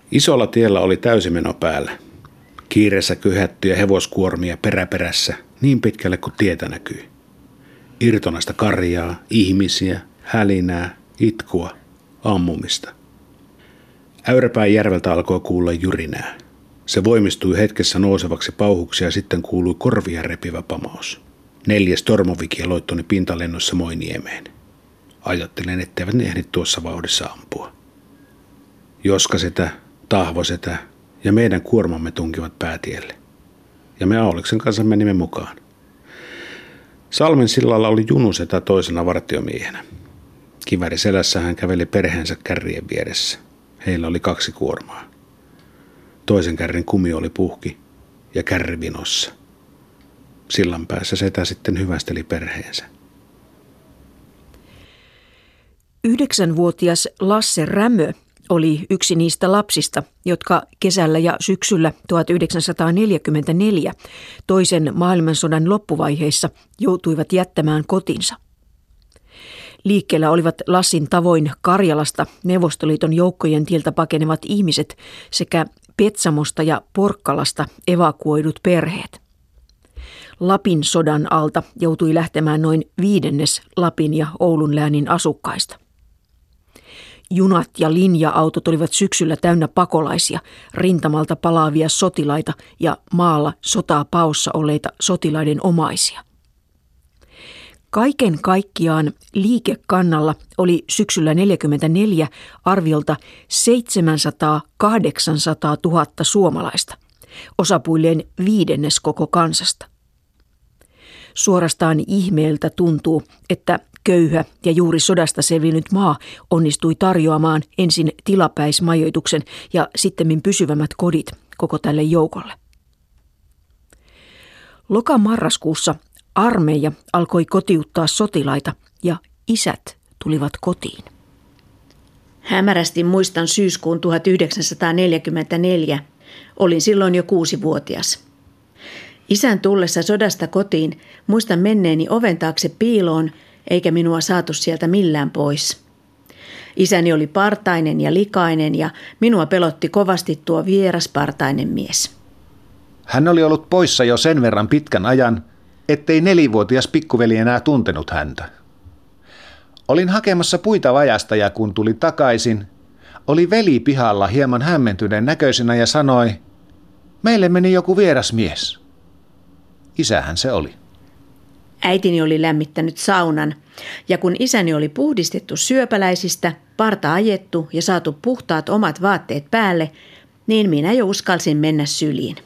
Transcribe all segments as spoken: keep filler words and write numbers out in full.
Isolla tiellä oli täysimeno päällä. Kiireessä kyhättyjä hevoskuormia peräperässä niin pitkälle kuin tietä näkyi. Irtonasta karjaa, ihmisiä, hälinää, itkua, ammumista. Äyräpään järveltä alkoi kuulla jyrinää. Se voimistui hetkessä nousevaksi pauhuksi ja sitten kuului korvia repivä pamaus. Neljäs tormovikia loittoni pintalennossa Moiniemeen. Ajattelen, etteivät ne ehdi tuossa vauhdissa ampua. Joskasetä, Tahvosetä ja meidän kuormamme tunkivat päätielle. Ja me Auliksen kanssa menimme mukaan. Salmen sillalla oli Junusetä toisena vartiomiehenä. Kiväri selässä hän käveli perheensä kärrien vieressä. Heillä oli kaksi kuormaa. Toisen kärrin kumi oli puhki ja kärri vinossa. Sillan päässä setä sitten hyvästeli perheensä. Yhdeksänvuotias Lasse Rämö oli yksi niistä lapsista, jotka kesällä ja syksyllä tuhatyhdeksänsataaneljäkymmentäneljä toisen maailmansodan loppuvaiheissa joutuivat jättämään kotinsa. Liikkeellä olivat Lassin tavoin Karjalasta Neuvostoliiton joukkojen tieltä pakenevat ihmiset sekä Petsamosta ja Porkkalasta evakuoidut perheet. Lapin sodan alta joutui lähtemään noin viidennes Lapin ja Oulun läänin asukkaista. Junat ja linja-autot olivat syksyllä täynnä pakolaisia, rintamalta palaavia sotilaita ja maalla sotaa paossa olleita sotilaiden omaisia. Kaiken kaikkiaan liikekannalla oli syksyllä neljäkymmentäneljä arviolta seitsemänsataa kahdeksansataa tuhatta suomalaista, osapuilleen viidennes koko kansasta. Suorastaan ihmeeltä tuntuu, että köyhä ja juuri sodasta selvinnyt maa onnistui tarjoamaan ensin tilapäismajoituksen ja sittemmin pysyvämmät kodit koko tälle joukolle. Loka-marraskuussa armeija alkoi kotiuttaa sotilaita ja isät tulivat kotiin. Hämärästi muistan syyskuun tuhatyhdeksänsataaneljäkymmentäneljä. Olin silloin jo kuusivuotias. Isän tullessa sodasta kotiin muistan menneeni oven taakse piiloon, eikä minua saatu sieltä millään pois. Isäni oli partainen ja likainen ja minua pelotti kovasti tuo vieraspartainen mies. Hän oli ollut poissa jo sen verran pitkän ajan, ettei nelivuotias pikkuveli enää tuntenut häntä. Olin hakemassa puita vajasta ja kun tuli takaisin, oli veli pihalla hieman hämmentyneen näköisenä ja sanoi, meille meni joku vieras mies. Isähän se oli. Äitini oli lämmittänyt saunan ja kun isäni oli puhdistettu syöpäläisistä, parta ajettu ja saatu puhtaat omat vaatteet päälle, niin minä jo uskalsin mennä syliin.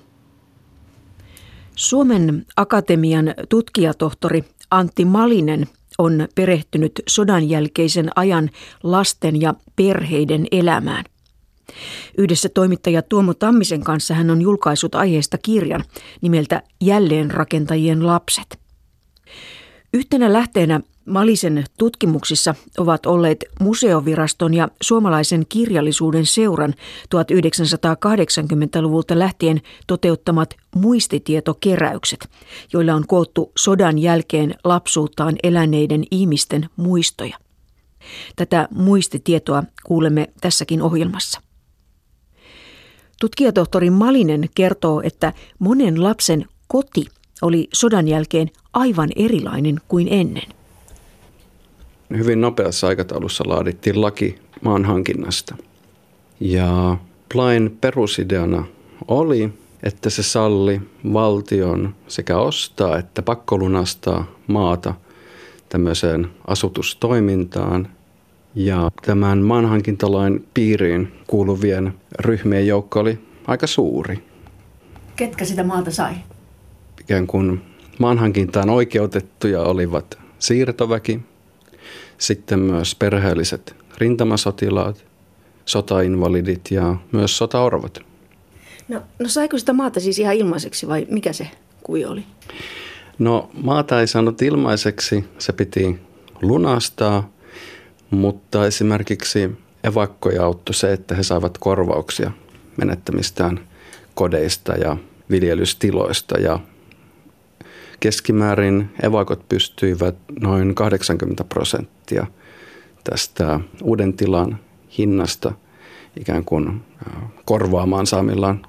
Suomen Akatemian tutkijatohtori Antti Malinen on perehtynyt sodan jälkeisen ajan lasten ja perheiden elämään. Yhdessä toimittaja Tuomo Tammisen kanssa hän on julkaissut aiheesta kirjan nimeltä Jälleenrakentajien lapset. Yhtenä lähteenä Malisen tutkimuksissa ovat olleet Museoviraston ja Suomalaisen kirjallisuuden seuran tuhatyhdeksänsataakahdeksankymmentäluvulta lähtien toteuttamat muistitietokeräykset, joilla on koottu sodan jälkeen lapsuuttaan eläneiden ihmisten muistoja. Tätä muistitietoa kuulemme tässäkin ohjelmassa. Tutkijatohtori Malinen kertoo, että monen lapsen koti oli sodan jälkeen aivan erilainen kuin ennen. Hyvin nopeassa aikataulussa laadittiin laki maan hankinnasta. Ja lain perusideana oli, että se salli valtion sekä ostaa että pakkolunastaa maata tämmöiseen asutustoimintaan. Ja tämän maanhankintalain piiriin kuuluvien ryhmien joukko oli aika suuri. Ketkä sitä maata sai? Ikään kuin maanhankintaan oikeutettuja olivat siirtoväki, sitten myös perheelliset rintamasotilaat, sotainvalidit ja myös sotaorvot. No, no saiko sitä maata siis ihan ilmaiseksi vai mikä se kuvio oli? No maata ei saanut ilmaiseksi, se piti lunastaa, mutta esimerkiksi evakkoja auttoi se, että he saivat korvauksia menettämistään kodeista ja viljelystiloista ja keskimäärin evakot pystyivät noin kahdeksankymmentä prosenttia tästä uuden tilan hinnasta ikään kuin korvaamaan saamillaan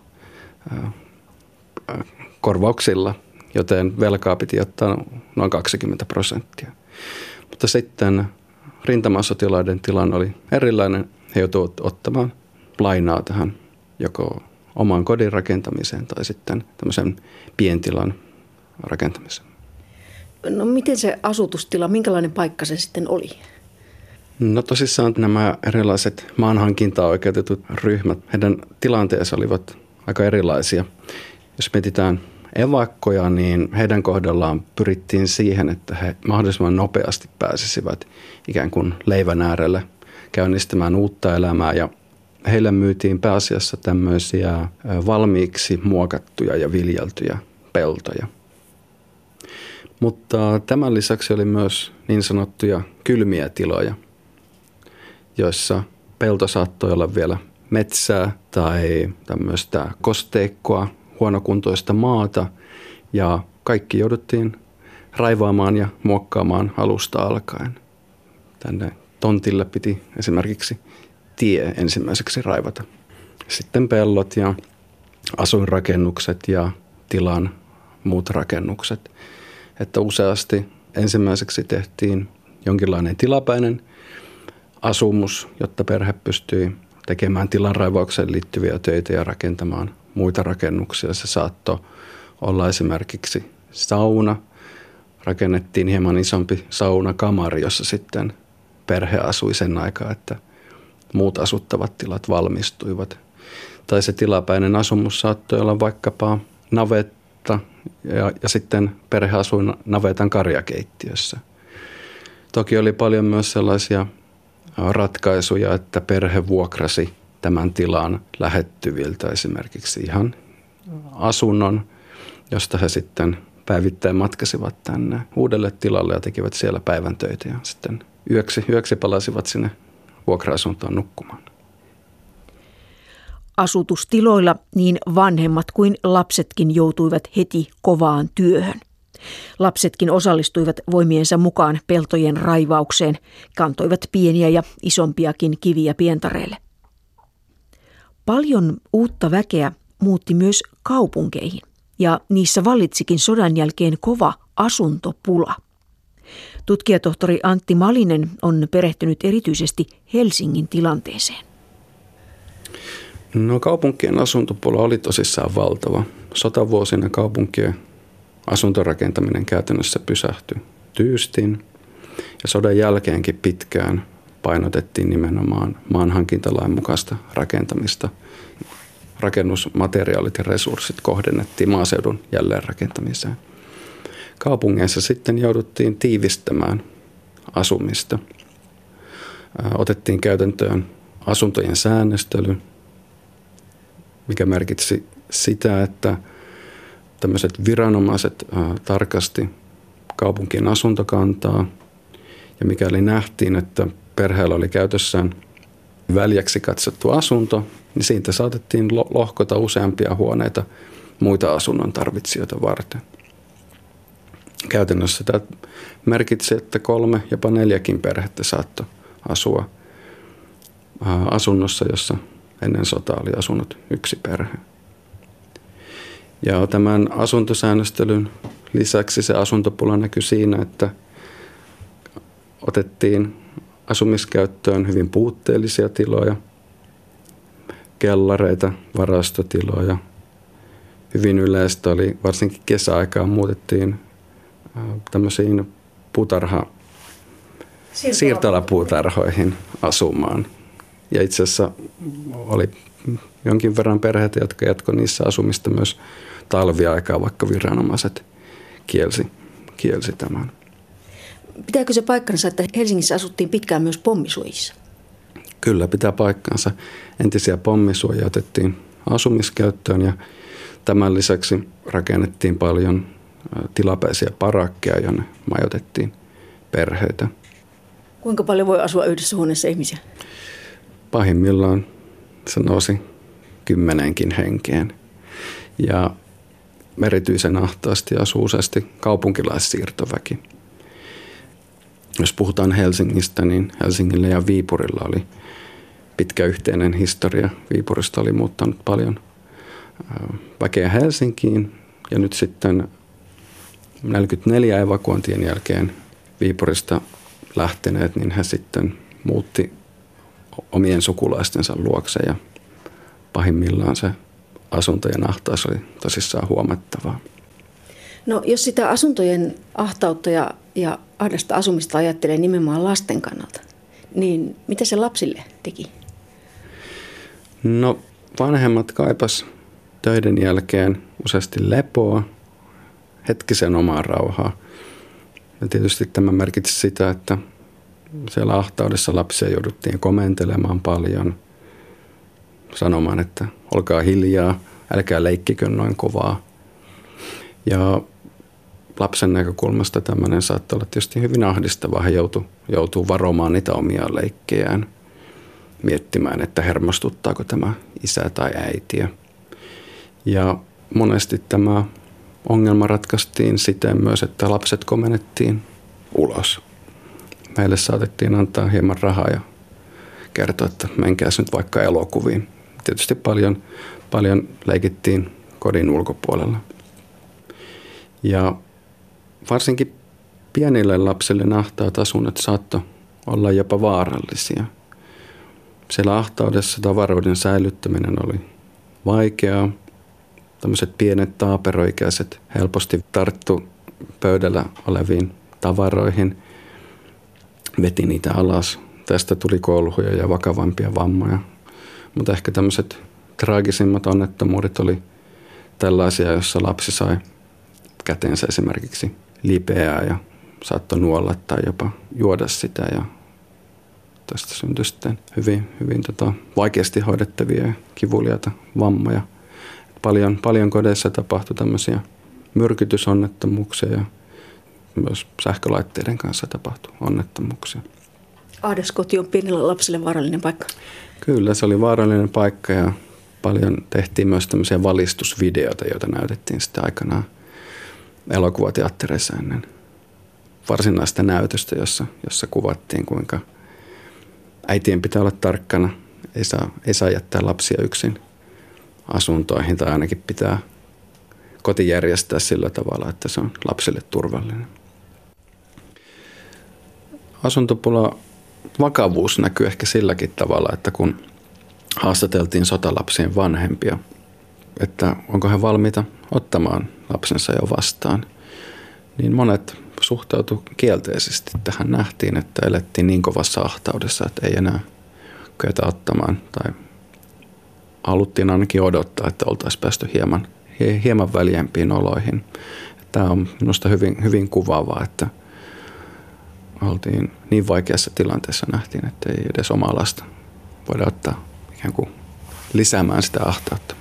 korvauksilla, joten velkaa piti ottaa noin kaksikymmentä prosenttia. Mutta sitten rintamasotilaiden tilanne oli erilainen. He joutuivat ottamaan lainaa tähän joko oman kodin rakentamiseen tai sitten tämmöisen pientilan rakentamiseen. No miten se asutustila, minkälainen paikka se sitten oli? No tosissaan nämä erilaiset maanhankintaan oikeutetut ryhmät, heidän tilanteensa olivat aika erilaisia. Jos mietitään evakkoja, niin heidän kohdallaan pyrittiin siihen, että he mahdollisimman nopeasti pääsisivät ikään kuin leivän äärelle käynnistämään uutta elämää. Ja heille myytiin pääasiassa tämmöisiä valmiiksi muokattuja ja viljeltyjä peltoja. Mutta tämän lisäksi oli myös niin sanottuja kylmiä tiloja, joissa pelto saattoi olla vielä metsää tai tämmöistä kosteikkoa, huonokuntoista maata ja kaikki jouduttiin raivaamaan ja muokkaamaan alusta alkaen. Tänne tontille piti esimerkiksi tie ensimmäiseksi raivata. Sitten pellot ja asuinrakennukset ja tilan muut rakennukset. Että useasti ensimmäiseksi tehtiin jonkinlainen tilapäinen asumus, jotta perhe pystyi tekemään tilanraivaukseen liittyviä töitä ja rakentamaan muita rakennuksia. Se saattoi olla esimerkiksi sauna. Rakennettiin hieman isompi saunakamari, jossa sitten perhe asui sen aikaa, että muut asuttavat tilat valmistuivat. Tai se tilapäinen asumus saattoi olla vaikkapa navetta ja, ja sitten perhe asui navetan karjakeittiössä. Toki oli paljon myös sellaisia ratkaisuja, että perhe vuokrasi tämän tilan lähettyviltä esimerkiksi ihan asunnon, josta he sitten päivittäin matkasivat tänne uudelle tilalle ja tekivät siellä päivän töitä ja sitten yöksi, yöksi palasivat sinne vuokra-asuntoon nukkumaan. Asutustiloilla niin vanhemmat kuin lapsetkin joutuivat heti kovaan työhön. Lapsetkin osallistuivat voimiensa mukaan peltojen raivaukseen, kantoivat pieniä ja isompiakin kiviä pientareille. Paljon uutta väkeä muutti myös kaupunkeihin ja niissä vallitsikin sodan jälkeen kova asuntopula. Tutkijatohtori Antti Malinen on perehtynyt erityisesti Helsingin tilanteeseen. No kaupunkien asuntopula oli tosissaan valtava. Sotavuosina kaupunkien asuntorakentaminen käytännössä pysähtyi tyystin ja sodan jälkeenkin pitkään painotettiin nimenomaan maanhankintalain mukaista rakentamista. Rakennusmateriaalit ja resurssit kohdennettiin maaseudun jälleenrakentamiseen. Kaupungeissa sitten jouduttiin tiivistämään asumista. Otettiin käytäntöön asuntojen säännöstely, mikä merkitsi sitä, että tämmöiset viranomaiset tarkasti kaupunkien asuntokantaa ja mikäli nähtiin, että perheellä oli käytössään väljäksi katsottu asunto, niin siitä saatettiin lohkota useampia huoneita muita asunnon tarvitsijoita varten. Käytännössä tämä merkitsi, että kolme, jopa neljäkin perhettä saattoi asua asunnossa, jossa ennen sotaa oli asunut yksi perhe. Ja tämän asuntosäännöstelyn lisäksi se asuntopula näkyi siinä, että otettiin asumiskäyttöön hyvin puutteellisia tiloja, kellareita, varastotiloja. Hyvin yleistä oli, varsinkin kesäaikaan muutettiin tämmöisiin puutarha, siirtolapuutarhoihin asumaan. Ja itse asiassa oli jonkin verran perheitä, jotka jatkoivat niissä asumista myös talviaikaa, vaikka viranomaiset kielsi, kielsi tämän. Pitääkö se paikkansa, että Helsingissä asuttiin pitkään myös pommisuojissa? Kyllä, pitää paikkansa. Entisiä pommisuojia otettiin asumiskäyttöön ja tämän lisäksi rakennettiin paljon tilapäisiä parakkeja, jonne majoitettiin perheitä. Kuinka paljon voi asua yhdessä huoneessa ihmisiä? Pahimmillaan se nousi kymmenenkin henkeen. Ja erityisen ahtaasti asuu useasti kaupunkilaissiirtoväki. Jos puhutaan Helsingistä, niin Helsingillä ja Viipurilla oli pitkä yhteinen historia. Viipurista oli muuttanut paljon väkeä Helsinkiin ja nyt sitten neljäkymmentäneljä evakuointien jälkeen Viipurista lähteneet, niin he sitten muutti omien sukulaistensa luokse ja pahimmillaan se asuntojen ahtaus oli tosissaan huomattavaa. No jos sitä asuntojen ahtautta ja, ja ahdasta asumista ajattelee nimenomaan lasten kannalta, niin mitä se lapsille teki? No vanhemmat kaipas töiden jälkeen useasti lepoa, hetkisen omaa rauhaa. Ja tietysti tämä merkitsi sitä, että siellä ahtaudessa lapsia jouduttiin komentelemaan paljon, sanomaan, että olkaa hiljaa, älkää leikkikö noin kovaa. Ja lapsen näkökulmasta tämmöinen saattoi olla tietysti hyvin ahdistavaa. He joutuu, joutuu varomaan niitä omia leikkejään, miettimään, että hermostuttaako tämä isä tai äitiä. Ja monesti tämä ongelma ratkaistiin siten myös, että lapset komennettiin ulos. Meille saatettiin antaa hieman rahaa ja kertoa, että menkääs nyt vaikka elokuviin. Tietysti paljon, paljon leikittiin kodin ulkopuolella. Ja varsinkin pienille lapsille ahtaat asunnot saattoi olla jopa vaarallisia. Siellä ahtaudessa tavaroiden säilyttäminen oli vaikeaa. Tämmöiset pienet taaperoikäiset helposti tarttu pöydällä oleviin tavaroihin, veti niitä alas. Tästä tuli kolhuja ja vakavampia vammoja. Mutta ehkä tämmöiset traagisimmat onnettomuudet oli tällaisia, joissa lapsi sai käteensä esimerkiksi lipeää ja saattoi nuolla tai jopa juoda sitä. Ja tästä syntyi sitten hyvin, hyvin tota, vaikeasti hoidettavia ja kivuliaita vammoja. Paljon, paljon kodeissa tapahtui tämmöisiä myrkytysonnettomuuksia ja myös sähkölaitteiden kanssa tapahtui onnettomuuksia. Ahdaskoti on pienellä lapselle vaarallinen paikka. Kyllä, se oli vaarallinen paikka ja paljon tehtiin myös tämmöisiä valistusvideoita, joita näytettiin sitten aikanaan elokuvateattereissa ennen varsinaista näytöstä, jossa, jossa kuvattiin, kuinka äitien pitää olla tarkkana, ei saa, ei saa jättää lapsia yksin asuntoihin tai ainakin pitää koti järjestää sillä tavalla, että se on lapsille turvallinen. Asuntopula vakavuus näkyy ehkä silläkin tavalla, että kun haastateltiin sotalapsien vanhempia, että onko he valmiita ottamaan lapsensa jo vastaan, niin monet suhtautuivat kielteisesti. Tähän nähtiin, että elettiin niin kovassa ahtaudessa, että ei enää kyetä ottamaan tai haluttiin ainakin odottaa, että oltaisiin päästy hieman, hieman väljempiin oloihin. Tämä on minusta hyvin, hyvin kuvaavaa, että oltiin niin vaikeassa tilanteessa, nähtiin, että ei edes omaa lasta voida ottaa ikään kuin lisäämään sitä ahtautta.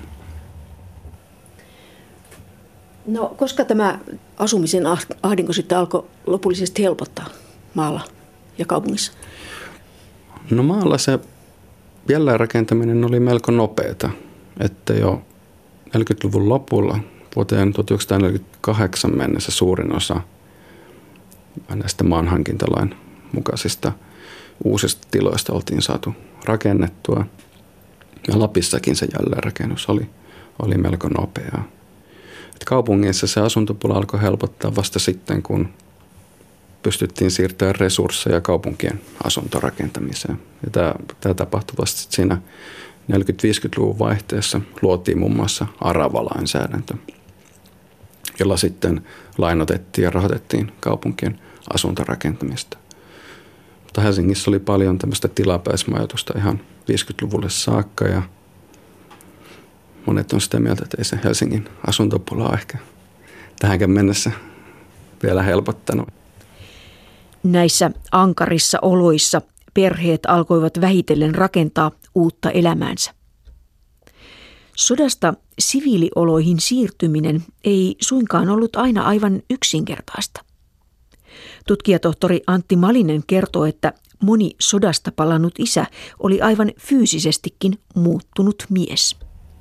No, koska tämä asumisen ahdinko sitten alkoi lopullisesti helpottaa maalla ja kaupungissa? No maalla se jälleenrakentaminen oli melko nopeata, että jo neljäkymmentäluvun lopulla vuoteen tuhatyhdeksänsataaneljäkymmentäkahdeksan mennessä suurin osa näistä maanhankintalain mukaisista uusista tiloista oltiin saatu rakennettua. Ja Lapissakin se jälleenrakennus oli, oli melko nopeaa. Et kaupungissa se asuntopula alkoi helpottaa vasta sitten, kun pystyttiin siirtämään resursseja kaupunkien asuntorakentamiseen. Ja tämä, tämä tapahtui vasta siinä neljäkymmentä-viisikymmentäluvun vaihteessa. Luotiin muun muassa Arava-lainsäädäntö, jolla sitten lainotettiin ja rahoitettiin kaupunkien asuntorakentamista. Mutta Helsingissä oli paljon tämmöistä tilapäismajoitusta ihan viisikymmentäluvulle saakka ja monet on sitä mieltä, että ei se Helsingin asuntopula ehkä tähänkään mennessä vielä helpottanut. Näissä ankarissa oloissa perheet alkoivat vähitellen rakentaa uutta elämäänsä. Sodasta siviilioloihin siirtyminen ei suinkaan ollut aina aivan yksinkertaista. Tutkijatohtori Antti Malinen kertoo, että moni sodasta palannut isä oli aivan fyysisestikin muuttunut mies.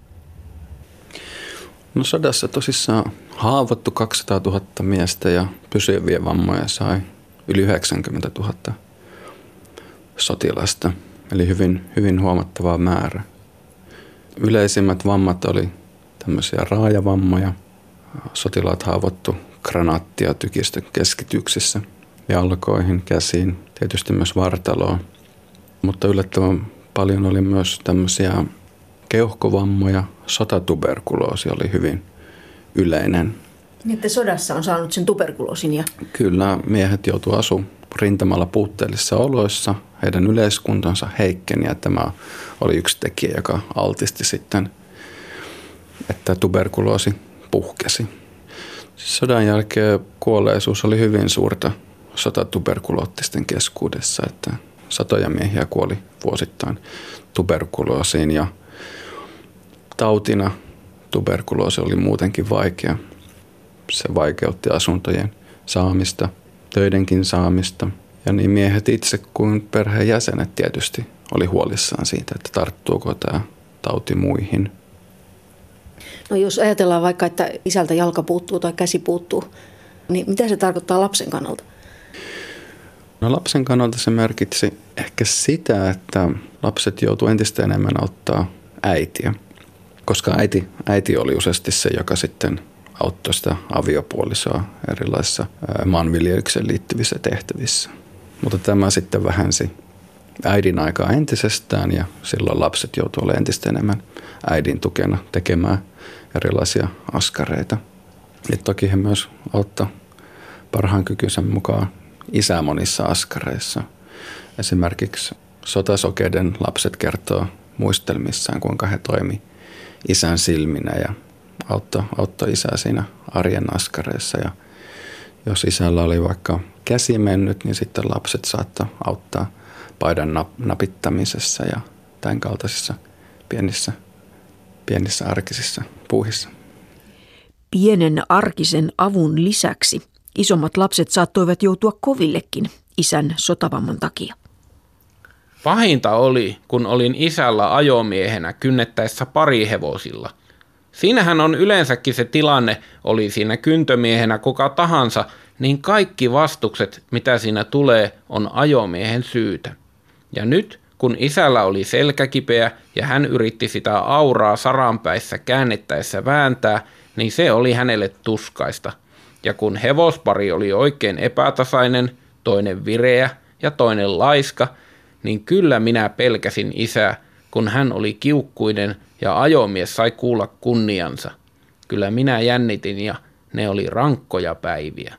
No sodassa tosissaan haavoittu kaksisataatuhatta miestä ja pysyviä vammoja sai yli yhdeksänkymmentätuhatta sotilasta. eli hyvin, hyvin huomattava määrä. Yleisimmät vammat oli tämmöisiä raajavammoja. Sotilaat haavoittu granaattia tykistön keskityksissä, jalkoihin, käsiin, tietysti myös vartaloon. Mutta yllättävän paljon oli myös tämmöisiä keuhkovammoja, sotatuberkuloosi oli hyvin yleinen. Niin, että sodassa on saanut sen tuberkuloosin ja... Kyllä, miehet joutuivat asumaan rintamalla puutteellisissa oloissa. Heidän yleiskuntonsa heikkeni ja tämä oli yksi tekijä, joka altisti sitten, että tuberkuloosi puhkesi. Sodan jälkeen kuolleisuus oli hyvin suurta sotatuberkuloottisten keskuudessa, että satoja miehiä kuoli vuosittain tuberkuloosiin ja tautina tuberkuloosi oli muutenkin vaikea. Se vaikeutti asuntojen saamista, töidenkin saamista ja niin miehet itse kuin perheenjäsenet tietysti oli huolissaan siitä, että tarttuuko tämä tauti muihin. No jos ajatellaan vaikka, että isältä jalka puuttuu tai käsi puuttuu, niin mitä se tarkoittaa lapsen kannalta? No lapsen kannalta se merkitsi ehkä sitä, että lapset joutuivat entistä enemmän auttaa äitiä, koska äiti, äiti oli useasti se, joka sitten auttoi sitä aviopuolisoa erilaisissa maanviljelykseen liittyvissä tehtävissä. Mutta tämä sitten vähensi äidin aikaa entisestään ja silloin lapset joutuivat olemaan entistä enemmän äidin tukena tekemään erilaisia askareita. Ja toki he myös auttavat parhaan kykynsä mukaan isää monissa askareissa. Esimerkiksi sotasokeiden lapset kertoo muistelmissaan, kuinka he toimi isän silminä ja auttoi, auttoi isää siinä arjen askareissa. Ja jos isällä oli vaikka käsi mennyt, niin sitten lapset saattoi auttaa paidan napittamisessa ja tämän kaltaisissa pienissä, pienissä arkisissa puuhissa. Pienen arkisen avun lisäksi isommat lapset saattoivat joutua kovillekin isän sotavamman takia. Pahinta oli, kun olin isällä ajomiehenä kynnettäessä parihevosilla. Siinähän on yleensäkin se tilanne, oli siinä kyntömiehenä kuka tahansa, niin kaikki vastukset, mitä siinä tulee, on ajomiehen syytä. Ja nyt, kun isällä oli selkäkipeä ja hän yritti sitä auraa saranpäissä käännettäessä vääntää, niin se oli hänelle tuskaista. Ja kun hevospari oli oikein epätasainen, toinen vireä ja toinen laiska, niin kyllä minä pelkäsin isää, kun hän oli kiukkuinen ja ajomies sai kuulla kunniansa. Kyllä minä jännitin ja ne oli rankkoja päiviä.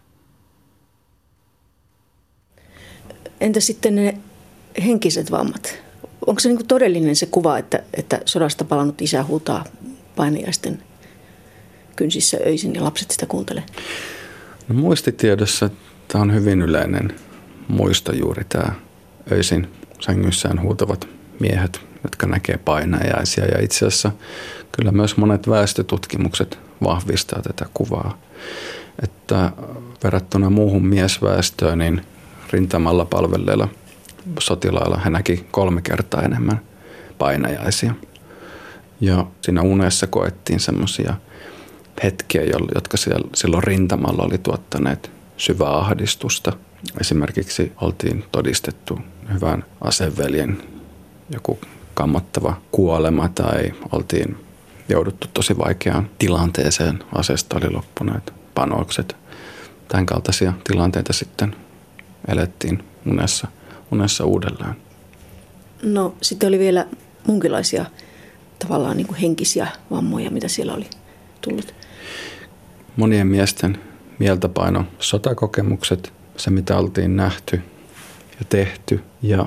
Entä sitten ne henkiset vammat? Onko se niin kuin todellinen se kuva, että, että sodasta palannut isä huutaa painajaisten kynsissä öisin ja lapset sitä kuuntelee? No, muistitiedossa tämä on hyvin yleinen muisto juuri tämä öisin sängyissään huutavat miehet, jotka näkee painajaisia. Ja itse asiassa kyllä myös monet väestötutkimukset vahvistaa tätä kuvaa. Että verrattuna muuhun miesväestöön, niin rintamalla palvelleilla sotilailla he näki kolme kertaa enemmän painajaisia. Ja siinä unessa koettiin semmoisia hetkiä, jotka silloin rintamalla oli tuottaneet syvää ahdistusta. Esimerkiksi oltiin todistettu hyvän aseveljen joku kammottava kuolema tai oltiin jouduttu tosi vaikeaan tilanteeseen. Aseesta oli loppuneet panokset. Tämän kaltaisia tilanteita sitten elettiin unessa, unessa uudelleen. No sitten oli vielä munkilaisia tavallaan niin kuin henkisiä vammoja, mitä siellä oli tullut. Monien miesten mieltä paino sotakokemukset, se mitä oltiin nähty ja tehty. Ja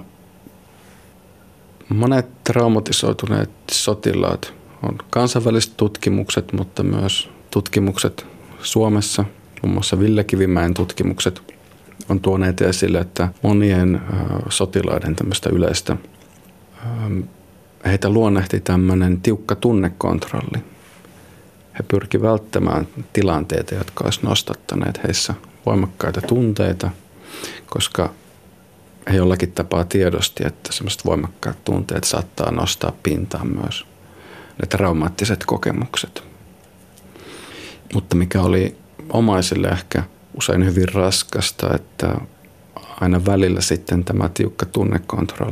monet traumatisoituneet sotilaat on kansainväliset tutkimukset, mutta myös tutkimukset Suomessa, muun muassa Ville Kivimäen tutkimukset, on tuoneet esille, että monien äh, sotilaiden tämmöistä yleistä, äh, heitä luonnehti tämmöinen tiukka tunnekontrolli. He pyrki välttämään tilanteita, jotka olisi nostattaneet heissä voimakkaita tunteita, koska he jollakin tapaa tiedosti, että semmoiset voimakkaat tunteet saattaa nostaa pintaan myös ne traumaattiset kokemukset. Mutta mikä oli omaisille ehkä usein hyvin raskasta, että aina välillä sitten tämä tiukka tunnekontrolli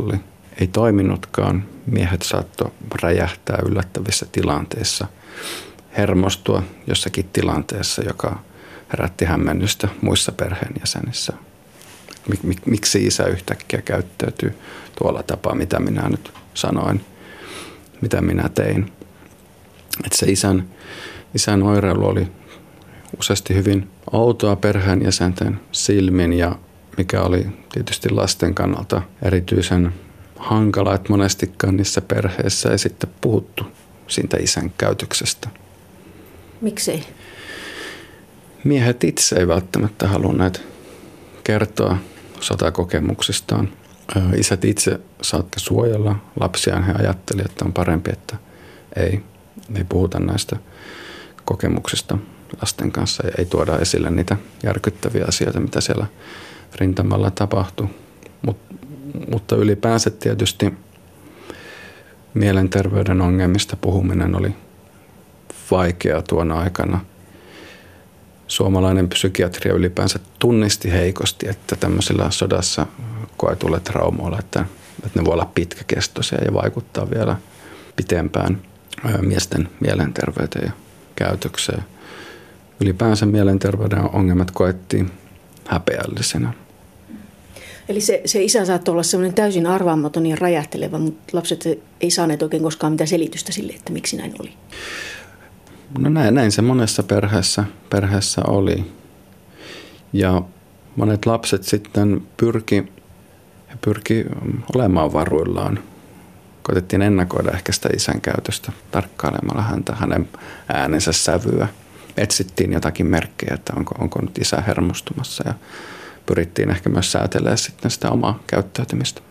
ei toiminutkaan. Miehet saattoi räjähtää yllättävissä tilanteissa, hermostua jossakin tilanteessa, joka herätti hämmennystä muissa perheenjäsenissä. Mik, mik, miksi isä yhtäkkiä käyttäytyy tuolla tapaa, mitä minä nyt sanoin, mitä minä tein. Että se isän, isän oireilu oli useasti hyvin outoa perheenjäsenten silmin ja mikä oli tietysti lasten kannalta erityisen hankala, että monestikaan niissä perheissä ei sitten puhuttu siitä isän käytöksestä. Miksei? Miehet itse ei välttämättä halunneet kertoa sotakokemuksistaan. Isät itse saatte suojella lapsiaan. He ajattelivat, että on parempi, että ei, ei puhuta näistä kokemuksista lasten kanssa. Ei tuoda esille niitä järkyttäviä asioita, mitä siellä rintamalla tapahtui. Mut, mutta ylipäänsä tietysti mielenterveyden ongelmista puhuminen oli vaikeaa tuona aikana. Suomalainen psykiatria ylipäänsä tunnisti heikosti, että tämmöisillä sodassa koetuilla traumoilla, että, että ne voi olla pitkäkestoisia ja vaikuttaa vielä pitempään miesten mielenterveyteen ja käytökseen. Ylipäänsä mielenterveyden ongelmat koettiin häpeällisenä. Eli se, se isä saattoi olla semmoinen täysin arvaamaton ja räjähtelevä, mutta lapset ei saaneet oikein koskaan mitään selitystä sille, että miksi näin oli. No näin, näin se monessa perheessä, perheessä oli. Ja monet lapset sitten pyrki, pyrki olemaan varuillaan. Koitettiin ennakoida ehkä sitä isän käytöstä tarkkailemalla häntä, hänen äänensä sävyä. Etsittiin jotakin merkkejä, että onko, onko nyt isä hermostumassa ja pyrittiin ehkä myös säätelemään sitten sitä omaa käyttäytymistä.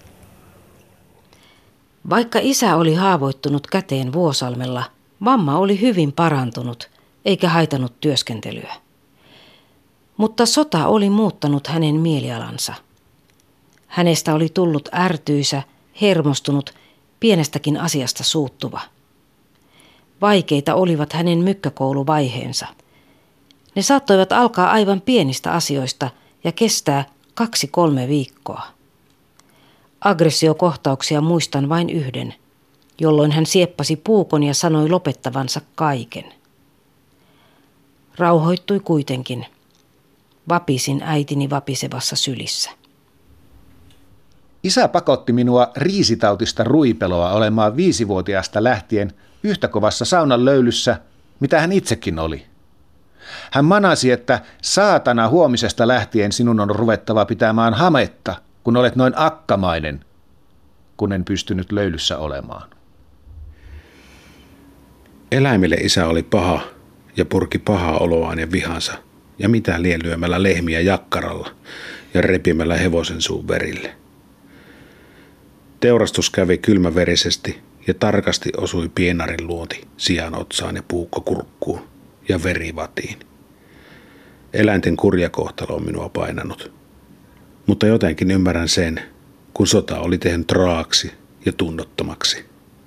Vaikka isä oli haavoittunut käteen Vuosalmella, vamma oli hyvin parantunut eikä haitannut työskentelyä. Mutta sota oli muuttanut hänen mielialansa. Hänestä oli tullut ärtyisä, hermostunut, pienestäkin asiasta suuttuva. Vaikeita olivat hänen mykkäkouluvaiheensa. Ne saattoivat alkaa aivan pienistä asioista ja kestää kaksi kolme viikkoa. Aggressiokohtauksia muistan vain yhden, jolloin hän sieppasi puukon ja sanoi lopettavansa kaiken. Rauhoittui kuitenkin. Vapisin äitini vapisevassa sylissä. Isä pakotti minua riisitautista ruipeloa olemaan viisivuotiaasta lähtien yhtä kovassa saunan löylyssä, mitä hän itsekin oli. Hän manasi, että saatana huomisesta lähtien sinun on ruvettava pitämään hametta, kun olet noin akkamainen, kun en pystynyt löylyssä olemaan. Eläimille isä oli paha ja purki pahaa oloaan ja vihansa, ja mitä lie lyömällä lehmiä jakkaralla ja repimällä hevosen suun verille. Teurastus kävi kylmäverisesti ja tarkasti osui pienarin luoti sian otsaan ja puukkokurkkuun ja verivatiin. Eläinten kurja kohtalo on minua painanut, mutta jotenkin ymmärrän sen, kun sota oli tehnyt raaksi ja tunnottomaksi.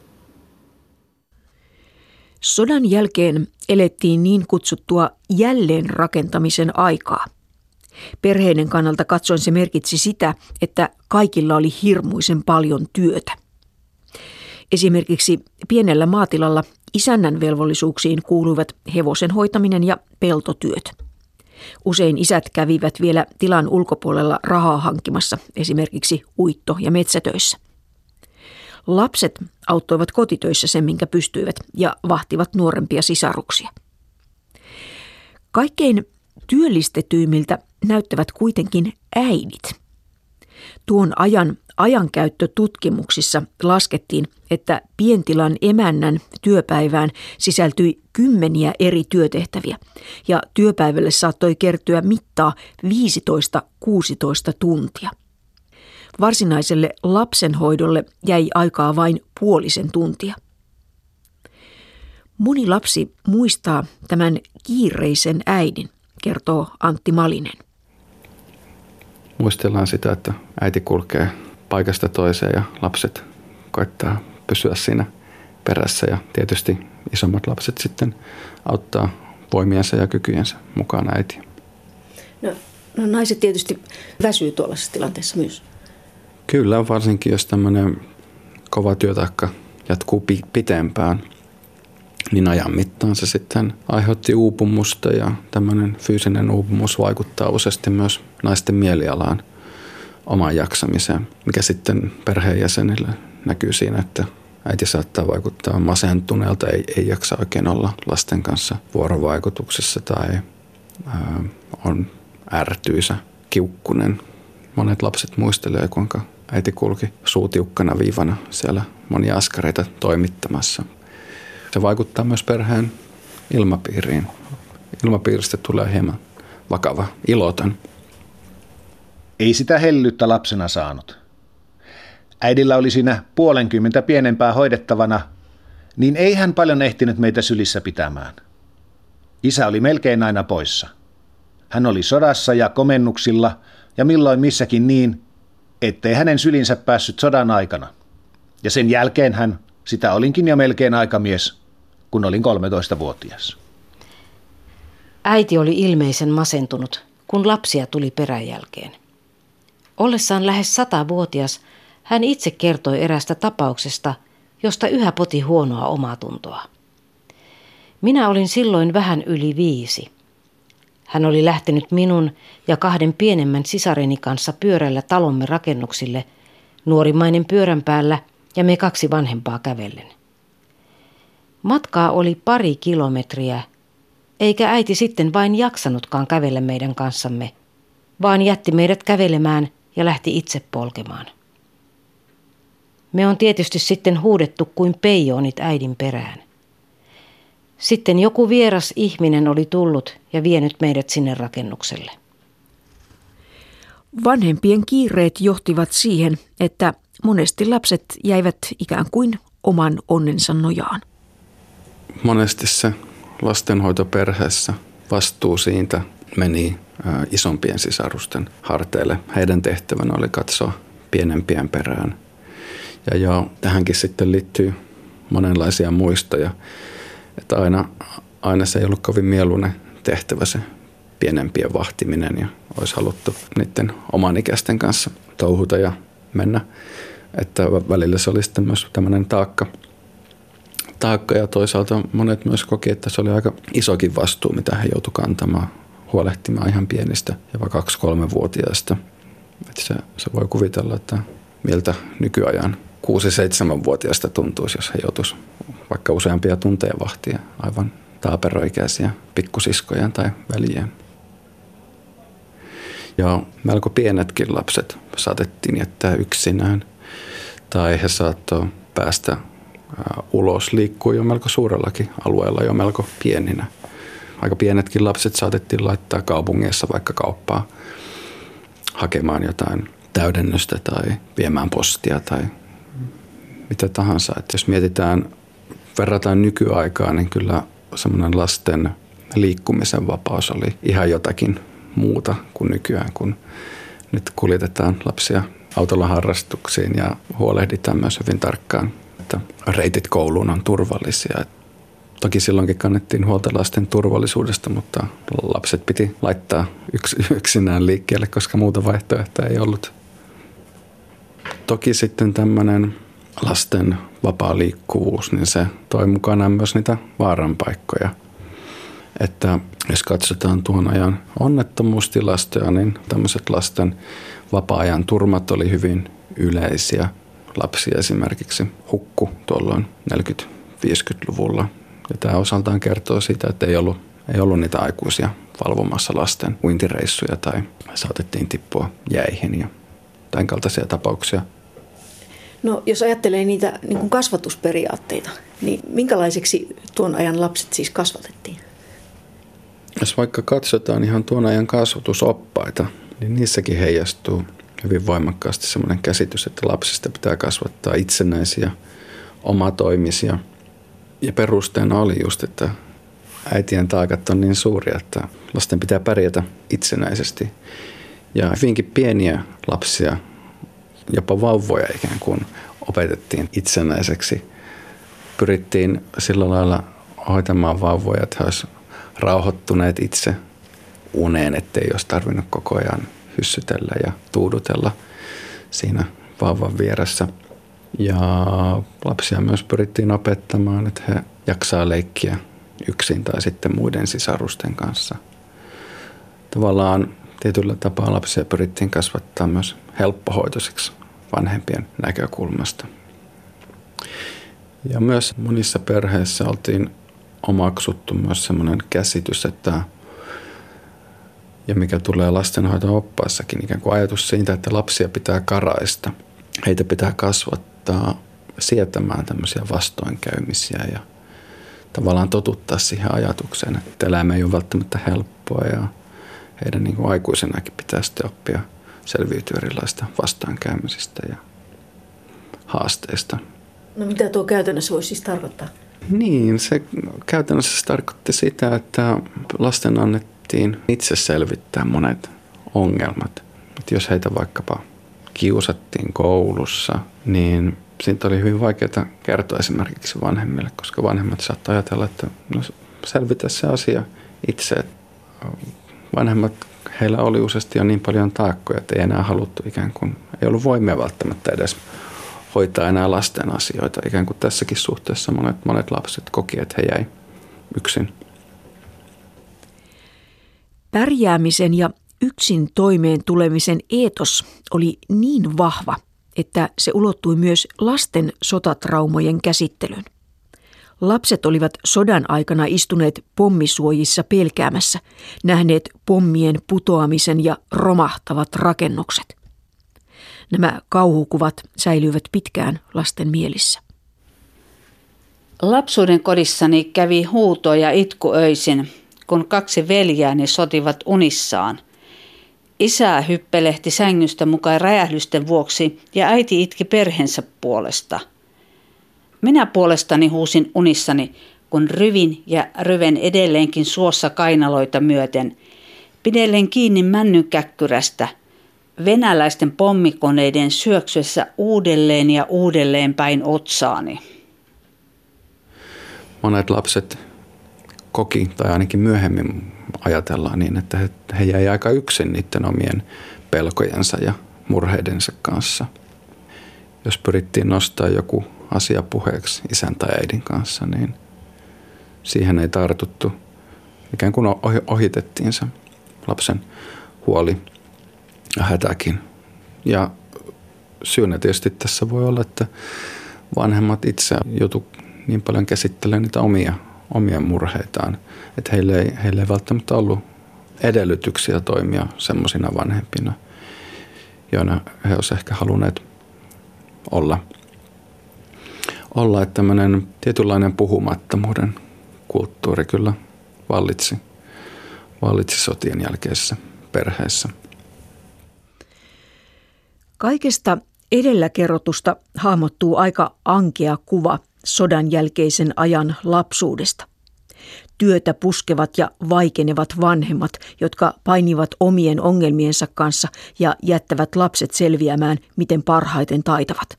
Sodan jälkeen elettiin niin kutsuttua jälleenrakentamisen aikaa. Perheiden kannalta katsoen se merkitsi sitä, että kaikilla oli hirmuisen paljon työtä. Esimerkiksi pienellä maatilalla isännän velvollisuuksiin kuuluivat hevosen hoitaminen ja peltotyöt. Usein isät kävivät vielä tilan ulkopuolella rahaa hankkimassa, esimerkiksi uitto- ja metsätöissä. Lapset auttoivat kotitöissä sen, minkä pystyivät, ja vahtivat nuorempia sisaruksia. Kaikkein työllistetyimmiltä näyttävät kuitenkin äidit. Tuon ajan ajankäyttötutkimuksissa laskettiin, että pientilan emännän työpäivään sisältyi kymmeniä eri työtehtäviä, ja työpäivälle saattoi kertyä mittaa viisitoista kuusitoista tuntia. Varsinaiselle lapsenhoidolle jäi aikaa vain puolisen tuntia. Moni lapsi muistaa tämän kiireisen äidin, kertoo Antti Malinen. Muistellaan sitä, että äiti kulkee paikasta toiseen ja lapset koittaa pysyä siinä perässä ja tietysti isommat lapset sitten auttaa voimiensa ja kykyjensä mukaan äitiä. No, no naiset tietysti väsyy tuollaisessa tilanteessa myös. Kyllä, varsinkin jos tämmöinen kova työtaakka jatkuu pitempään, niin ajan mittaan se sitten aiheutti uupumusta ja tämmöinen fyysinen uupumus vaikuttaa useasti myös naisten mielialaan, omaan jaksamiseen, mikä sitten perheenjäsenille näkyy siinä, että äiti saattaa vaikuttaa masentuneelta, ei, ei jaksa oikein olla lasten kanssa vuorovaikutuksessa tai ää, on ärtyisä, kiukkunen. Monet lapset muistelee, kuinka äiti kulki suutiukkana viivana siellä monia askareita toimittamassa. Se vaikuttaa myös perheen ilmapiiriin. Ilmapiiristä tulee hieman vakava, iloton. Ei sitä hellyyttä lapsena saanut. Äidillä oli siinä puolenkymmentä pienempää hoidettavana, niin ei hän paljon ehtinyt meitä sylissä pitämään. Isä oli melkein aina poissa. Hän oli sodassa ja komennuksilla ja milloin missäkin niin, ettei hänen sylinsä päässyt sodan aikana. Ja sen jälkeen hän, sitä olinkin jo melkein aikamies, kun olin kolmetoistavuotias. Äiti oli ilmeisen masentunut, kun lapsia tuli peräjälkeen. Ollessaan lähes satavuotias hän itse kertoi erästä tapauksesta, josta yhä poti huonoa omaatuntoa. Minä olin silloin vähän yli viisi. Hän oli lähtenyt minun ja kahden pienemmän sisareni kanssa pyörällä talomme rakennuksille, nuorimmainen pyörän päällä ja me kaksi vanhempaa kävellen. Matkaa oli pari kilometriä, eikä äiti sitten vain jaksanutkaan kävellä meidän kanssamme, vaan jätti meidät kävelemään ja lähti itse polkemaan. Me on tietysti sitten huudettu kuin peijoonit äidin perään. Sitten joku vieras ihminen oli tullut ja vienyt meidät sinne rakennukselle. Vanhempien kiireet johtivat siihen, että monesti lapset jäivät ikään kuin oman onnensa nojaan. Monesti se lastenhoitoperheessä vastuu siitä meni ä, isompien sisarusten harteille. Heidän tehtävänä oli katsoa pienempien perään. Ja jo tähänkin sitten liittyy monenlaisia muistoja, että aina, aina se ei ollut kovin mieluinen tehtävä se pienempien vahtiminen ja olisi haluttu niiden omanikäisten kanssa touhuta ja mennä. Että välillä se oli sitten myös tämmöinen taakka. taakka ja toisaalta monet myös koki, että se oli aika isokin vastuu, mitä he joutuivat kantamaan, huolehtimaan ihan pienistä, jopa kaksi-kolmevuotiaista. Että se, se voi kuvitella, että miltä nykyajan kuusi-seitsemänvuotiaista tuntuisi, jos he joutuisivat vaikka useampia tunteja vahtia aivan taaperoikäisiä pikkusiskoja tai veljiä. Ja melko pienetkin lapset saatettiin jättää yksinään tai he saattoi päästä ulos, liikkuu jo melko suurellakin alueella, jo melko pieninä. Aika pienetkin lapset saatettiin laittaa kaupungeissa vaikka kauppaa hakemaan jotain täydennystä tai viemään postia tai mitä tahansa. Että jos mietitään, verrataan nykyaikaa, niin kyllä semmoinen lasten liikkumisen vapaus oli ihan jotakin muuta kuin nykyään, kun nyt kuljetetaan lapsia autolla harrastuksiin ja huolehditaan myös hyvin tarkkaan, että reitit kouluun on turvallisia. Toki silloinkin kannettiin huolta lasten turvallisuudesta, mutta lapset piti laittaa yks, yksinään liikkeelle, koska muuta vaihtoehtoa ei ollut. Toki sitten tämmöinen lasten vapaa liikkuvuus, niin se toi mukanaan myös niitä vaaranpaikkoja. Että jos katsotaan tuon ajan onnettomuustilastoja, niin tämmöiset lasten vapaa-ajan turmat oli hyvin yleisiä. Lapsia esimerkiksi hukku tuolloin neljäkymmentä-viisikymmentäluvulla. Ja tämä osaltaan kertoo siitä, että ei ollut, ei ollut niitä aikuisia valvomassa lasten uintireissuja tai saatettiin tippua jäihin ja tämän kaltaisia tapauksia. No jos ajattelee niitä niin kuin kasvatusperiaatteita, niin minkälaiseksi tuon ajan lapset siis kasvatettiin? Jos vaikka katsotaan ihan tuon ajan kasvatusoppaita, niin niissäkin heijastuu hyvin voimakkaasti sellainen käsitys, että lapsista pitää kasvattaa itsenäisiä, omatoimisia. Ja perusteena oli just, että äitien taakat on niin suuria, että lasten pitää pärjätä itsenäisesti. Ja hyvinkin pieniä lapsia, jopa vauvoja ikään kuin opetettiin itsenäiseksi. Pyrittiin sillä lailla hoitamaan vauvoja, että he olisivat rauhoittuneet itse uneen, ettei olisi tarvinnut koko ajan hyssytellä ja tuudutella siinä vauvan vieressä. Ja lapsia myös pyrittiin opettamaan, että he jaksaa leikkiä yksin tai sitten muiden sisarusten kanssa. Tavallaan tietyllä tapaa lapsia pyrittiin kasvattaa myös helppohoitoisiksi vanhempien näkökulmasta. Ja myös monissa perheissä oltiin omaksuttu myös sellainen käsitys, että ja mikä tulee lastenhoidon oppaissakin, ikään kuin ajatus siitä, että lapsia pitää karaista. Heitä pitää kasvattaa sietämään tämmöisiä vastoinkäymisiä ja tavallaan totuttaa siihen ajatukseen, että elämä ei ole välttämättä helppoa ja heidän niin kuin aikuisenakin pitää sitten oppia selviytyä erilaisista vastoinkäymisistä ja haasteista. No mitä tuo käytännössä voisi siis tarkoittaa? Niin, se käytännössä se tarkoitti sitä, että lasten annettiin itse selvittää monet ongelmat. Että jos heitä vaikkapa kiusattiin koulussa, niin siitä oli hyvin vaikeaa kertoa esimerkiksi vanhemmille, koska vanhemmat saattavat ajatella, että no, selvitä se asia itse. Vanhemmat, heillä oli useasti jo niin paljon taakkoja, että ei enää haluttu ikään kuin, ei ollut voimia välttämättä edes hoitaa enää lasten asioita. Ikään kuin tässäkin suhteessa monet, monet lapset koki, että he jäi yksin. Pärjäämisen ja yksin toimeen tulemisen eetos oli niin vahva, että se ulottui myös lasten sotatraumojen käsittelyyn. Lapset olivat sodan aikana istuneet pommisuojissa pelkäämässä, nähneet pommien putoamisen ja romahtavat rakennukset. Nämä kauhukuvat säilyivät pitkään lasten mielissä. Lapsuuden kodissani kävi huuto ja itku öisin, kun kaksi veljääni sotivat unissaan. Isä hyppelehti sängystä mukaan räjähdysten vuoksi ja äiti itki perheensä puolesta. Minä puolestani huusin unissani, kun ryvin ja ryven edelleenkin suossa kainaloita myöten. Pidellen kiinni männynkäkkyrästä, venäläisten pommikoneiden syöksyessä uudelleen ja uudelleen päin otsaani. Monet lapset koki, tai ainakin myöhemmin ajatellaan niin, että he, he jäi aika yksin niiden omien pelkojensa ja murheidensa kanssa. Jos pyrittiin nostaa joku asia puheeksi isän tai äidin kanssa, niin siihen ei tartuttu. Ikään kuin ohitettiin se lapsen huoli ja hätäkin. Ja syynä tietysti tässä voi olla, että vanhemmat itse joutu niin paljon käsittelemään niitä omia, omia murheitaan, että heille ei, heille ei välttämättä ollut edellytyksiä toimia semmoisina vanhempina, joina he olisivat ehkä halunneet olla. Olla, että tämmöinen tietynlainen puhumattomuuden kulttuuri kyllä vallitsi, vallitsi sotien jälkeisessä perheessä. Kaikesta edellä kerrotusta hahmottuu aika ankea kuva sodan jälkeisen ajan lapsuudesta. Työtä puskevat ja vaikenevat vanhemmat, jotka painivat omien ongelmiensa kanssa ja jättävät lapset selviämään, miten parhaiten taitavat.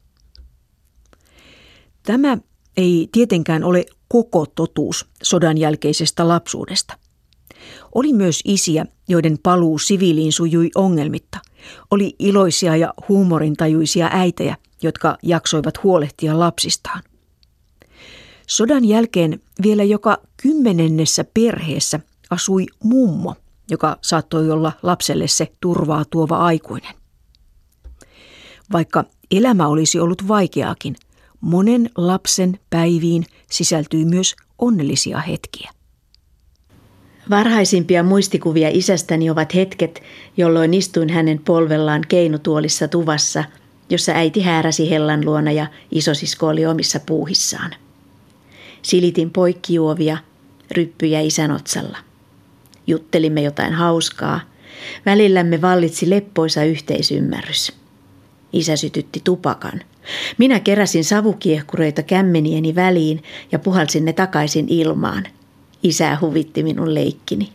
Tämä ei tietenkään ole koko totuus sodan jälkeisestä lapsuudesta. Oli myös isiä, joiden paluu siviiliin sujui ongelmitta. Oli iloisia ja huumorintajuisia äitejä, jotka jaksoivat huolehtia lapsistaan. Sodan jälkeen vielä joka kymmenennessä perheessä asui mummo, joka saattoi olla lapselle se turvaa tuova aikuinen. Vaikka elämä olisi ollut vaikeaakin, monen lapsen päiviin sisältyi myös onnellisia hetkiä. Varhaisimpia muistikuvia isästäni ovat hetket, jolloin istuin hänen polvellaan keinutuolissa tuvassa, jossa äiti hääräsi hellan luona ja isosisko oli omissa puuhissaan. Silitin poikkijuovia, ryppyjä isän otsalla. Juttelimme jotain hauskaa. Välillämme vallitsi leppoisa yhteisymmärrys. Isä sytytti tupakan. Minä keräsin savukiehkureita kämmenieni väliin ja puhalsin ne takaisin ilmaan. Isä huvitti minun leikkini.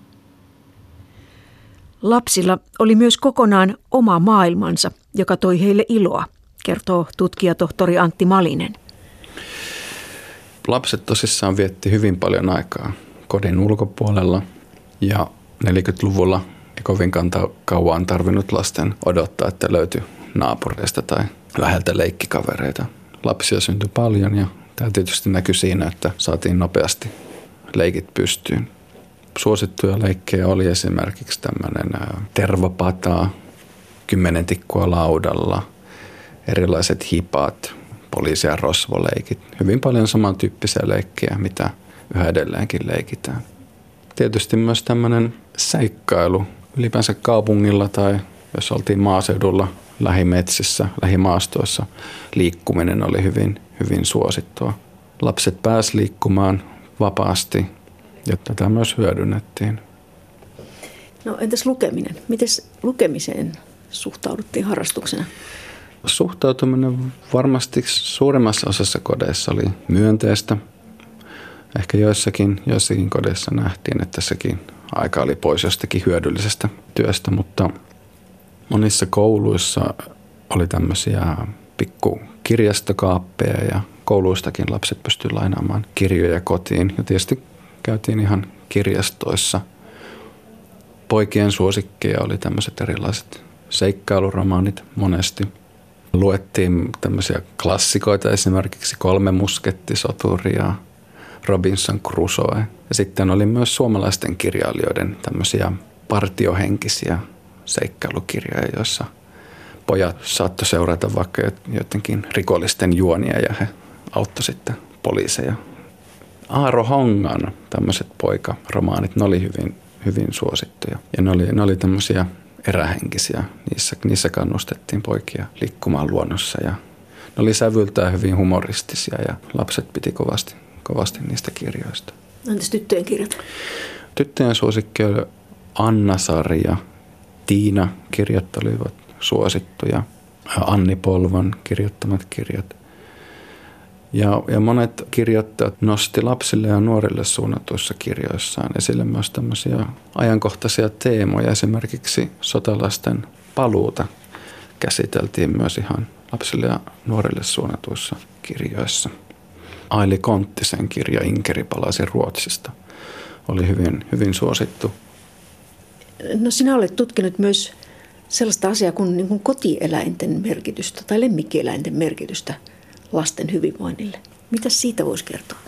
Lapsilla oli myös kokonaan oma maailmansa, joka toi heille iloa, kertoo tutkijatohtori Antti Malinen. Lapset tosissaan vietti hyvin paljon aikaa kodin ulkopuolella ja neljäkymmentäluvulla ei kovinkaan kauan tarvinnut lasten odottaa, että löytyi naapureista tai läheltä leikkikavereita. Lapsia syntyi paljon ja tämä tietysti näkyi siinä, että saatiin nopeasti leikit pystyyn. Suosittuja leikkejä oli esimerkiksi tämmöinen tervapata, kymmenen tikkua laudalla, erilaiset hipat, poliisi- ja rosvoleikit. Hyvin paljon samantyyppisiä leikkejä, mitä yhä edelleenkin leikitään. Tietysti myös tämmöinen seikkailu ylipäänsä kaupungilla tai jos oltiin maaseudulla, lähimetsissä, lähimaastoissa, liikkuminen oli hyvin, hyvin suosittua. Lapset pääsivät liikkumaan vapaasti ja tätä myös hyödynnettiin. No entäs lukeminen? Miten lukemiseen suhtauduttiin harrastuksena? Suhtautuminen varmasti suurimmassa osassa kodeissa oli myönteistä. Ehkä joissakin, joissakin kodeissa nähtiin, että sekin aika oli pois jostakin hyödyllisestä työstä, mutta monissa kouluissa oli tämmöisiä pikku kirjastokaappeja ja kouluistakin lapset pystyivät lainaamaan kirjoja kotiin. Ja tietysti käytiin ihan kirjastoissa. Poikien suosikkeja oli tämmöiset erilaiset seikkailuromaanit monesti. Luettiin tämmöisiä klassikoita, esimerkiksi Kolme muskettisoturia, Robinson Crusoe. Ja sitten oli myös suomalaisten kirjailijoiden tämmöisiä partiohenkisiä seikkailukirjoja, joissa pojat saattoi seurata vaikka jotenkin rikollisten juonia ja he auttoi sitten poliiseja. Aaro Hongan tämmöiset poikaromaanit, ne oli hyvin, hyvin suosittuja. Ja ne oli, ne oli tämmöisiä erähenkisiä. Niissä, niissä kannustettiin poikia liikkumaan luonnossa ja ne oli sävyltään hyvin humoristisia ja lapset piti kovasti, kovasti niistä kirjoista. Entäs tyttöjen kirjat? Tyttöjen suosikkeja oli Anna-Sari ja Tiina-kirjat olivat suosittuja. Anni Polvon kirjoittamat kirjat. Ja, ja monet kirjoittajat nosti lapsille ja nuorille suunnatuissa kirjoissaan esille myös tämmöisiä ajankohtaisia teemoja. Esimerkiksi sotalasten paluuta käsiteltiin myös ihan lapsille ja nuorille suunnatuissa kirjoissa. Aili Konttisen kirja Inkeri palasi Ruotsista oli hyvin, hyvin suosittu. No sinä olet tutkinut myös sellaista asiaa kuin, niin kuin kotieläinten merkitystä tai lemmikkieläinten merkitystä lasten hyvinvoinnille. Mitä siitä voisi kertoa?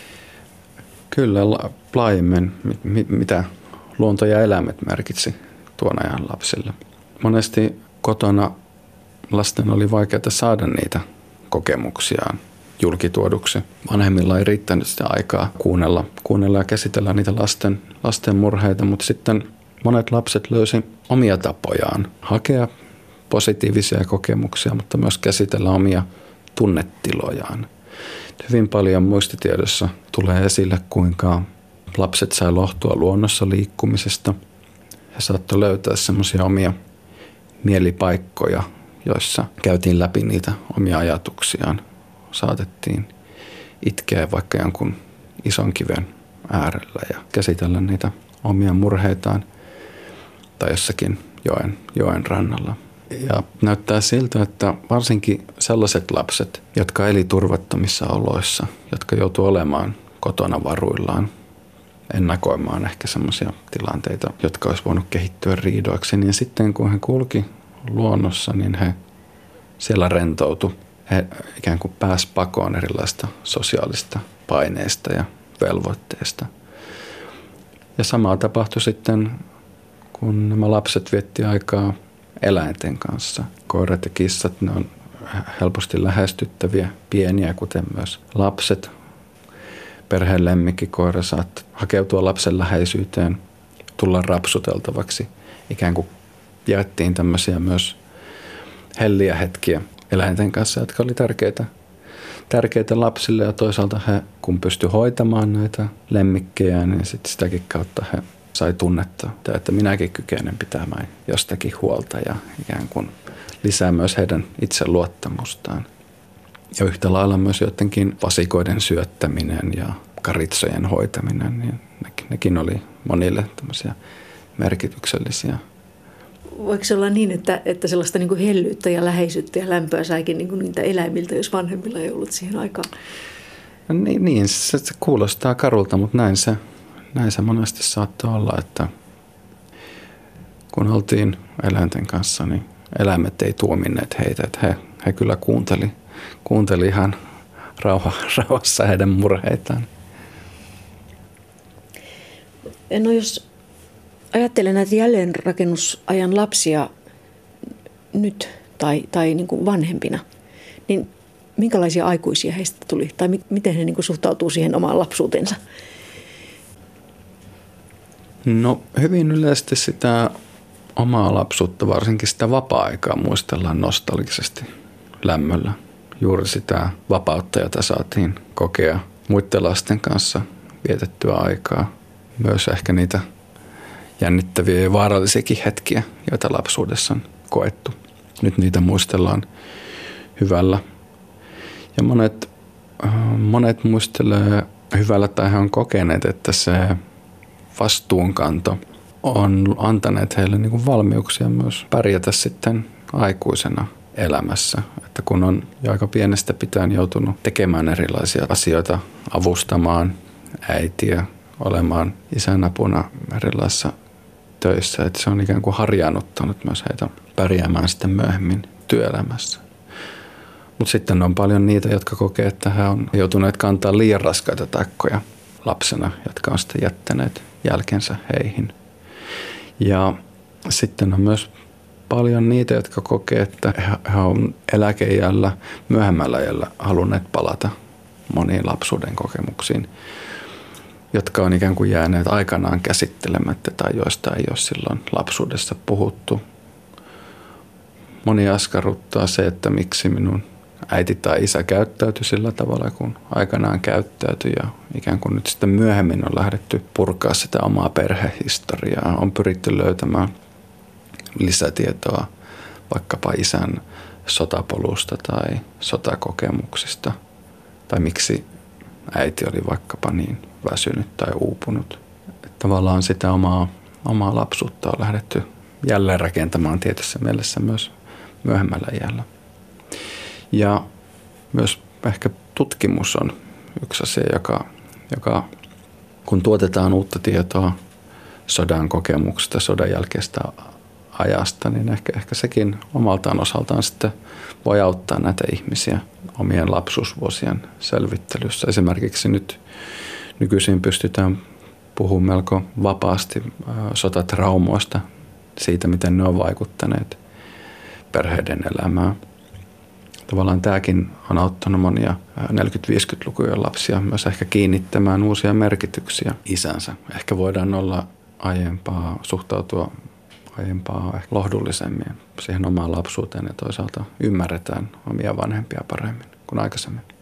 Kyllä laajemmin, mitä luonto ja eläimet merkitsi tuon ajan lapsille. Monesti kotona lasten oli vaikeaa saada niitä kokemuksiaan julkituoduksi. Vanhemmilla ei riittänyt sitä aikaa kuunnella, kuunnella ja käsitellä niitä lasten, lasten murheita, mutta sitten monet lapset löysi omia tapojaan hakea positiivisia kokemuksia, mutta myös käsitellä omia tunnetilojaan. Hyvin paljon muistitiedossa tulee esille, kuinka lapset sai lohtua luonnossa liikkumisesta. He saattoi löytää semmoisia omia mielipaikkoja, joissa käytiin läpi niitä omia ajatuksiaan. Saatettiin itkeä vaikka jonkun ison kiven äärellä ja käsitellä niitä omia murheitaan tai jossakin joen, joen rannalla. Ja näyttää siltä, että varsinkin sellaiset lapset, jotka eli turvattomissa oloissa, jotka joutuu olemaan kotona varuillaan, ennakoimaan ehkä semmoisia tilanteita, jotka olisi voinut kehittyä riidoiksi, niin sitten kun he kulki luonnossa, niin he siellä rentoutui. He ikään kuin pääsi pakoon erilaista sosiaalista paineista ja velvoitteista. Ja samaa tapahtui sitten, kun nämä lapset vietti aikaa eläinten kanssa. Koirat ja kissat, ne on helposti lähestyttäviä, pieniä, kuten myös lapset. Perheen lemmikkikoira saattaa hakeutua lapsen läheisyyteen, tulla rapsuteltavaksi. Ikään kuin jaettiin tämmöisiä myös helliä hetkiä eläinten kanssa, jotka oli tärkeitä, tärkeitä lapsille. Ja toisaalta he, kun pystyi hoitamaan näitä lemmikkejä, niin sit sitäkin kautta he sai tunnetta, että minäkin kykenen pitämään jostakin huolta ja ikään kuin lisää myös heidän itseluottamustaan. Ja yhtä lailla myös jotenkin vasikoiden syöttäminen ja karitsojen hoitaminen, niin nekin oli monille tämmöisiä merkityksellisiä. Voiko se olla niin, että, että sellaista niin kuin hellyyttä ja läheisyyttä ja lämpöä saikin niin kuin niitä eläimiltä, jos vanhemmilla ei ollut siihen aikaan? No niin, niin se, se kuulostaa karulta, mutta näin se, näin se monesti saattoi olla, että kun oltiin eläinten kanssa, niin eläimet ei tuominneet heitä. Että he, he kyllä kuunteli, kuunteli ihan rauha, rauhassa heidän murheitaan. No jos ajattelen näitä jälleenrakennusajan lapsia nyt tai, tai niin kuin vanhempina, niin minkälaisia aikuisia heistä tuli? Tai mi- miten he niin kuin suhtautuu siihen omaan lapsuutensa? No hyvin yleisesti sitä omaa lapsuutta, varsinkin sitä vapaa-aikaa muistellaan nostalgisesti lämmöllä. Juuri sitä vapautta, jota saatiin kokea muiden lasten kanssa vietettyä aikaa. Myös ehkä niitä jännittäviä ja vaarallisiakin hetkiä, joita lapsuudessa on koettu. Nyt niitä muistellaan hyvällä. Ja monet, monet muistelee hyvällä tai he on kokeneet, että se vastuunkanto on antaneet heille niin kuin valmiuksia myös pärjätä sitten aikuisena elämässä. Että kun on jo aika pienestä pitäen joutunut tekemään erilaisia asioita, avustamaan äitiä, olemaan isän apuna erilaisissa töissä, että se on ikään kuin harjaannuttanut myös heitä pärjäämään sitten myöhemmin työelämässä. Mutta sitten on paljon niitä, jotka kokee, että he on joutuneet kantaa liian raskaita taakkoja lapsena, jotka on sitten jättäneet jälkensä heihin. Ja sitten on myös paljon niitä, jotka kokee, että he on eläkeiällä, myöhemmällä iällä halunneet palata moniin lapsuuden kokemuksiin, jotka on ikään kuin jääneet aikanaan käsittelemättä tai joista ei ole silloin lapsuudessa puhuttu. Moni askarruttaa se, että miksi minun äiti tai isä käyttäytyi sillä tavalla, kun aikanaan käyttäytyi ja ikään kuin nyt sitten myöhemmin on lähdetty purkaa sitä omaa perhehistoriaa. On pyritty löytämään lisätietoa vaikkapa isän sotapolusta tai sotakokemuksista tai miksi äiti oli vaikkapa niin väsynyt tai uupunut. Että tavallaan sitä omaa, omaa lapsuutta on lähdetty jälleen rakentamaan tietyssä mielessä myös myöhemmällä iällä. Ja myös ehkä tutkimus on yksi asia, joka, joka kun tuotetaan uutta tietoa sodan kokemuksesta, sodan jälkeistä ajasta, niin ehkä, ehkä sekin omaltaan osaltaan sitten voi auttaa näitä ihmisiä omien lapsuusvuosien selvittelyssä. Esimerkiksi nyt nykyisin pystytään puhumaan melko vapaasti sotatraumoista, siitä miten ne on vaikuttaneet perheiden elämään. Tavallaan tämäkin on auttanut monia neljäkymmentä-viisikymmentälukujen lapsia myös ehkä kiinnittämään uusia merkityksiä isänsä. Ehkä voidaan olla aiempaa, suhtautua aiempaa ehkä lohdullisemmin siihen omaan lapsuuteen ja toisaalta ymmärretään omia vanhempia paremmin kuin aikaisemmin.